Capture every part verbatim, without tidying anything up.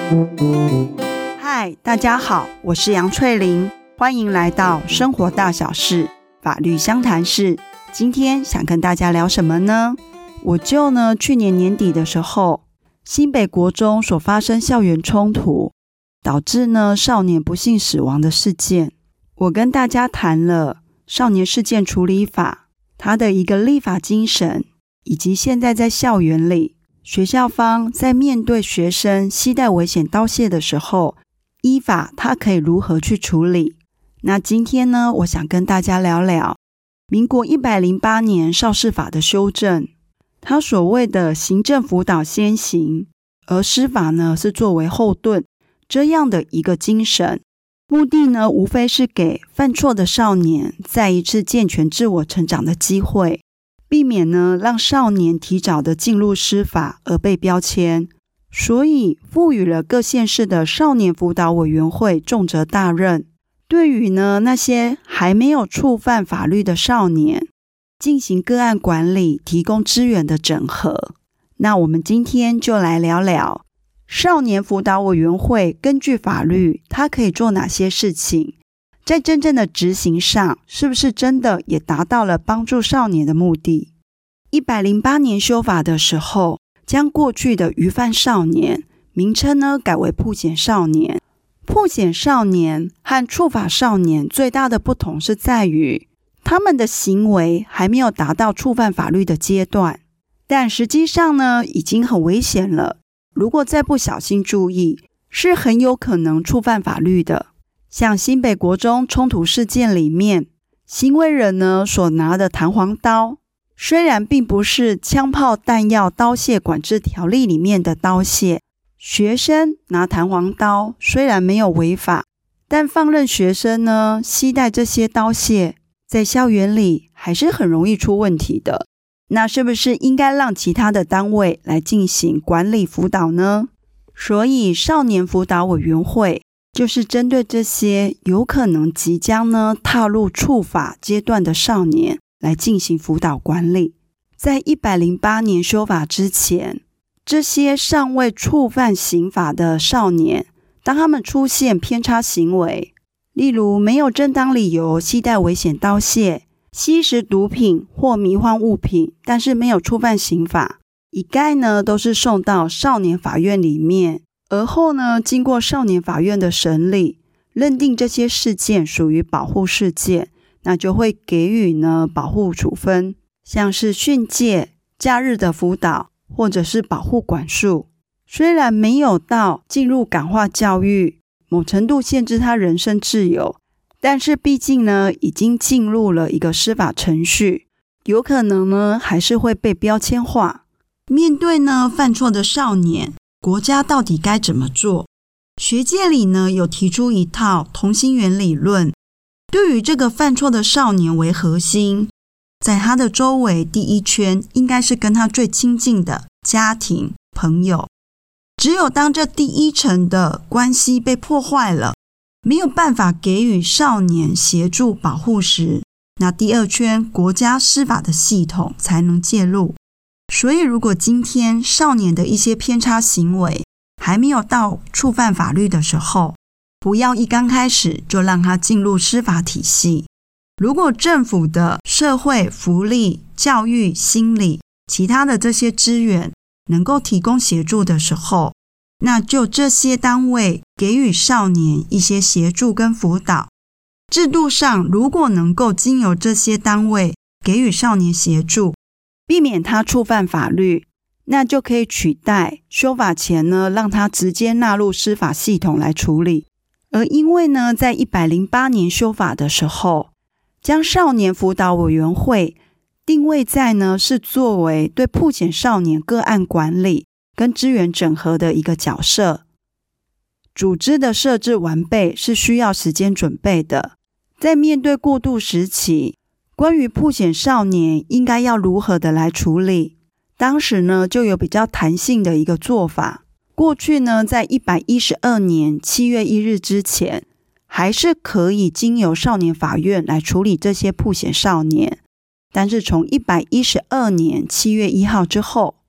嗨，大家好，我是杨翠玲，欢迎来到生活大小事法律相谈室。今天想跟大家聊什么呢？我就呢，去年年底的时候，新北国中所发生校园冲突，导致呢少年不幸死亡的事件，我跟大家谈了少年事件处理法，它的一个立法精神，以及现在在校园里，学校方在面对学生携带危险刀械的时候，依法它可以如何去处理。那今天呢，我想跟大家聊聊民国一百零八年少事法的修正，它所谓的行政辅导先行，而司法呢是作为后盾，这样的一个精神，目的呢无非是给犯错的少年再一次健全自我成长的机会，避免呢让少年提早的进入司法而被标签，所以赋予了各县市的少年辅导委员会重责大任，对于呢那些还没有触犯法律的少年进行个案管理，提供资源的整合。那我们今天就来聊聊少年辅导委员会根据法律它可以做哪些事情，在真正的执行上是不是真的也达到了帮助少年的目的。一百零八年修法的时候，将过去的虞犯少年名称呢改为曝险少年。曝险少年和触法少年最大的不同是在于他们的行为还没有达到触犯法律的阶段，但实际上呢已经很危险了，如果再不小心注意，是很有可能触犯法律的。像新北国中冲突事件里面，行为人呢所拿的弹簧刀，虽然并不是枪炮弹药刀械管制条例里面的刀械，学生拿弹簧刀虽然没有违法，但放任学生呢携带这些刀械，在校园里还是很容易出问题的。那是不是应该让其他的单位来进行管理辅导呢？所以少年辅导委员会就是针对这些有可能即将呢踏入触法阶段的少年来进行辅导管理。在一百零八年修法之前，这些尚未触犯刑法的少年，当他们出现偏差行为，例如没有正当理由携带危险刀械，吸食毒品或迷幻物品，但是没有触犯刑法，一概呢都是送到少年法院里面，而后呢经过少年法院的审理，认定这些事件属于保护事件，那就会给予呢保护处分，像是训诫、假日的辅导或者是保护管束。虽然没有到进入感化教育，某程度限制他人身自由，但是毕竟呢已经进入了一个司法程序，有可能呢还是会被标签化。面对呢犯错的少年，国家到底该怎么做？学界里呢有提出一套同心圆理论，对于这个犯错的少年为核心，在他的周围第一圈应该是跟他最亲近的家庭、朋友。只有当这第一层的关系被破坏了，没有办法给予少年协助保护时，那第二圈国家司法的系统才能介入。所以如果今天少年的一些偏差行为还没有到触犯法律的时候，不要一刚开始就让他进入司法体系。如果政府的社会福利、教育、心理其他的这些资源能够提供协助的时候，那就这些单位给予少年一些协助跟辅导。制度上如果能够经由这些单位给予少年协助，避免他触犯法律，那就可以取代修法前呢让他直接纳入司法系统来处理。而因为呢在一百零八年修法的时候，将少年辅导委员会定位在呢是作为对曝险少年个案管理跟资源整合的一个角色。组织的设置完备是需要时间准备的，在面对过渡时期，关于曝险少年应该要如何的来处理，当时呢就有比较弹性的一个做法。过去呢在一百一十二年七月一日之前，还是可以经由少年法院来处理这些曝险少年，但是从一百一十二年七月一号之后，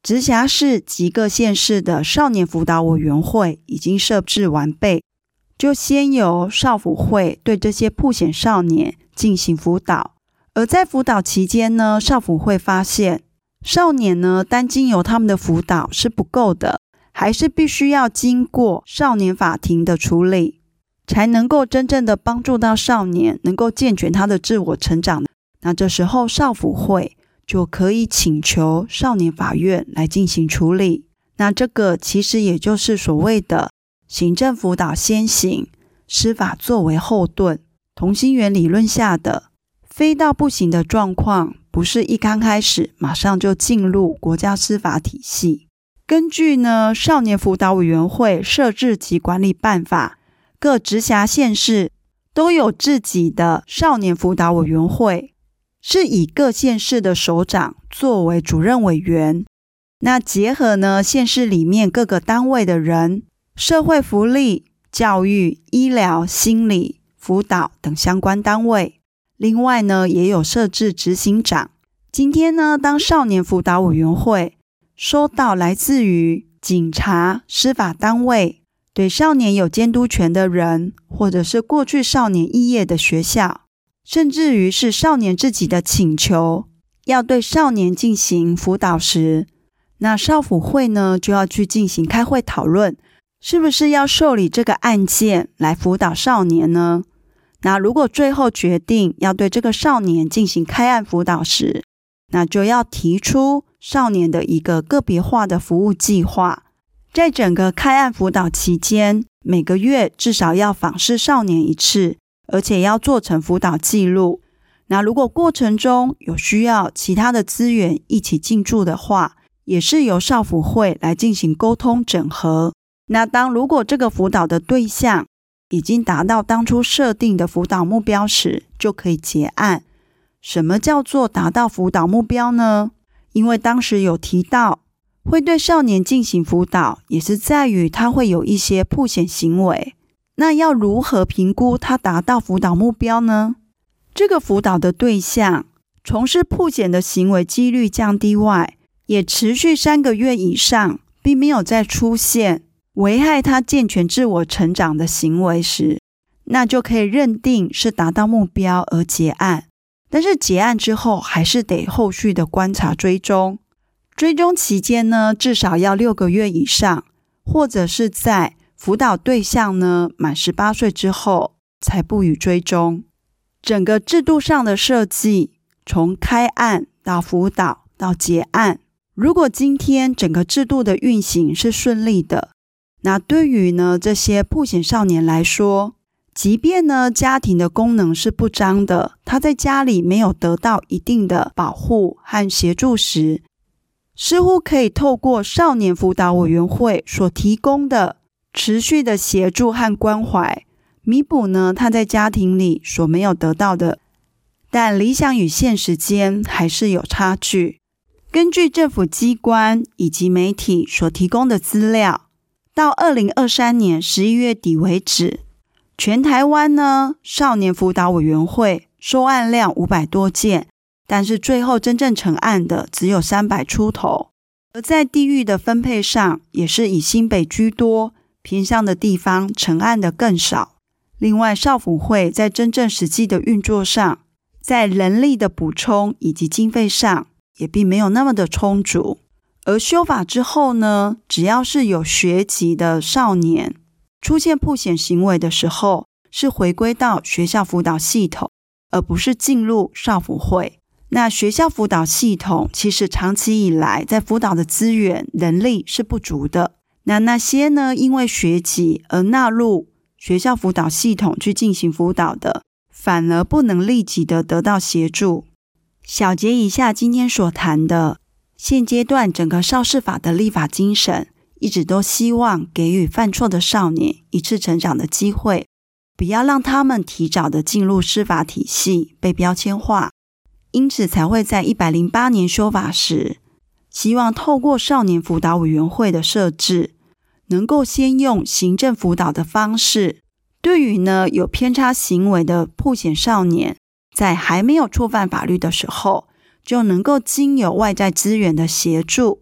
直辖市及各县市的少年辅导委员会已经设置完备，就先由少辅会对这些曝险少年进行辅导。而在辅导期间呢，少辅会发现少年呢单经由他们的辅导是不够的，还是必须要经过少年法庭的处理，才能够真正的帮助到少年能够健全他的自我成长。那这时候少辅会就可以请求少年法院来进行处理。那这个其实也就是所谓的行政辅导先行，司法作为后盾。同心圆理论下的非到不行的状况，不是一刚开始马上就进入国家司法体系。根据呢少年辅导委员会设置及管理办法，各直辖县市都有自己的少年辅导委员会，是以各县市的首长作为主任委员。那结合呢县市里面各个单位的人，社会福利、教育、医疗、心理、辅导等相关单位。另外呢也有设置执行长。今天呢当少年辅导委员会收到来自于警察、司法单位对少年有监督权的人，或者是过去少年肄业的学校，甚至于是少年自己的请求，要对少年进行辅导时，那少辅会呢就要去进行开会讨论，是不是要受理这个案件来辅导少年呢？那如果最后决定要对这个少年进行开案辅导时，那就要提出少年的一个个别化的服务计划。在整个开案辅导期间，每个月至少要访视少年一次，而且要做成辅导记录。那如果过程中有需要其他的资源一起进驻的话，也是由少辅会来进行沟通整合。那当如果这个辅导的对象已经达到当初设定的辅导目标时，就可以结案。什么叫做达到辅导目标呢？因为当时有提到会对少年进行辅导，也是在于他会有一些曝险行为。那要如何评估他达到辅导目标呢？这个辅导的对象从事曝险的行为几率降低外，也持续三个月以上，并没有再出现危害他健全自我成长的行为时，那就可以认定是达到目标而结案。但是结案之后还是得后续的观察追踪，追踪期间呢至少要六个月以上，或者是在辅导对象呢满十八岁之后才不予追踪。整个制度上的设计，从开案到辅导到结案，如果今天整个制度的运行是顺利的，那对于呢这些曝险少年来说，即便呢家庭的功能是不彰的，他在家里没有得到一定的保护和协助时，似乎可以透过少年辅导委员会所提供的持续的协助和关怀，弥补呢他在家庭里所没有得到的。但理想与现实间还是有差距。根据政府机关以及媒体所提供的资料，到二零二三年十一月底为止，全台湾呢少年辅导委员会收案量五百多件，但是最后真正成案的只有三百出头。而在地域的分配上，也是以新北居多，偏乡的地方成案的更少。另外，少辅会在真正实际的运作上，在人力的补充以及经费上也并没有那么的充足。而修法之后呢，只要是有学籍的少年出现曝险行为的时候，是回归到学校辅导系统，而不是进入少辅会。那学校辅导系统其实长期以来在辅导的资源人力是不足的。那那些呢因为学籍而纳入学校辅导系统去进行辅导的，反而不能立即的得到协助。小结一下今天所谈的，现阶段整个少事法的立法精神一直都希望给予犯错的少年一次成长的机会，不要让他们提早的进入司法体系被标签化。因此才会在一百零八年修法时，希望透过少年辅导委员会的设置，能够先用行政辅导的方式，对于呢有偏差行为的曝险少年，在还没有触犯法律的时候，就能够经由外在资源的协助，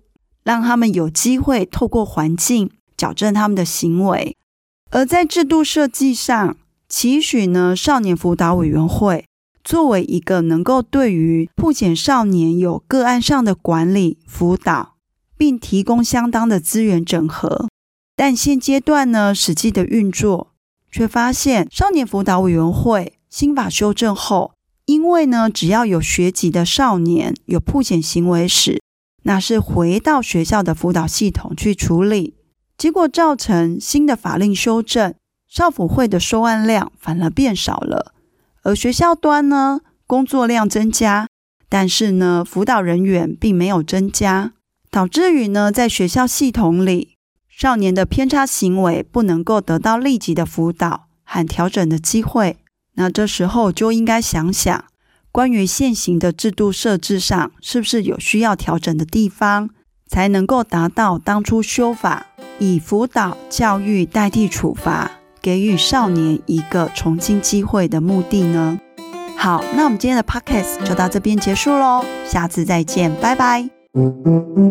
让他们有机会透过环境矫正他们的行为。而在制度设计上，期许呢少年辅导委员会作为一个能够对于曝检少年有个案上的管理辅导，并提供相当的资源整合。但现阶段呢实际的运作却发现，少年辅导委员会新法修正后，因为呢只要有学籍的少年有曝检行为时，那是回到学校的辅导系统去处理，结果造成新的法令修正，少辅会的收案量反而变少了，而学校端呢工作量增加，但是呢辅导人员并没有增加，导致于呢在学校系统里，少年的偏差行为不能够得到立即的辅导和调整的机会。那这时候就应该想想，关于现行的制度设置上是不是有需要调整的地方，才能够达到当初修法以辅导教育代替处罚，给予少年一个重新机会的目的呢？好，那我们今天的 podcast 就到这边结束咯，下次再见，拜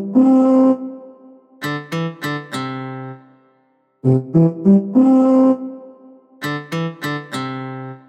拜。Thank you.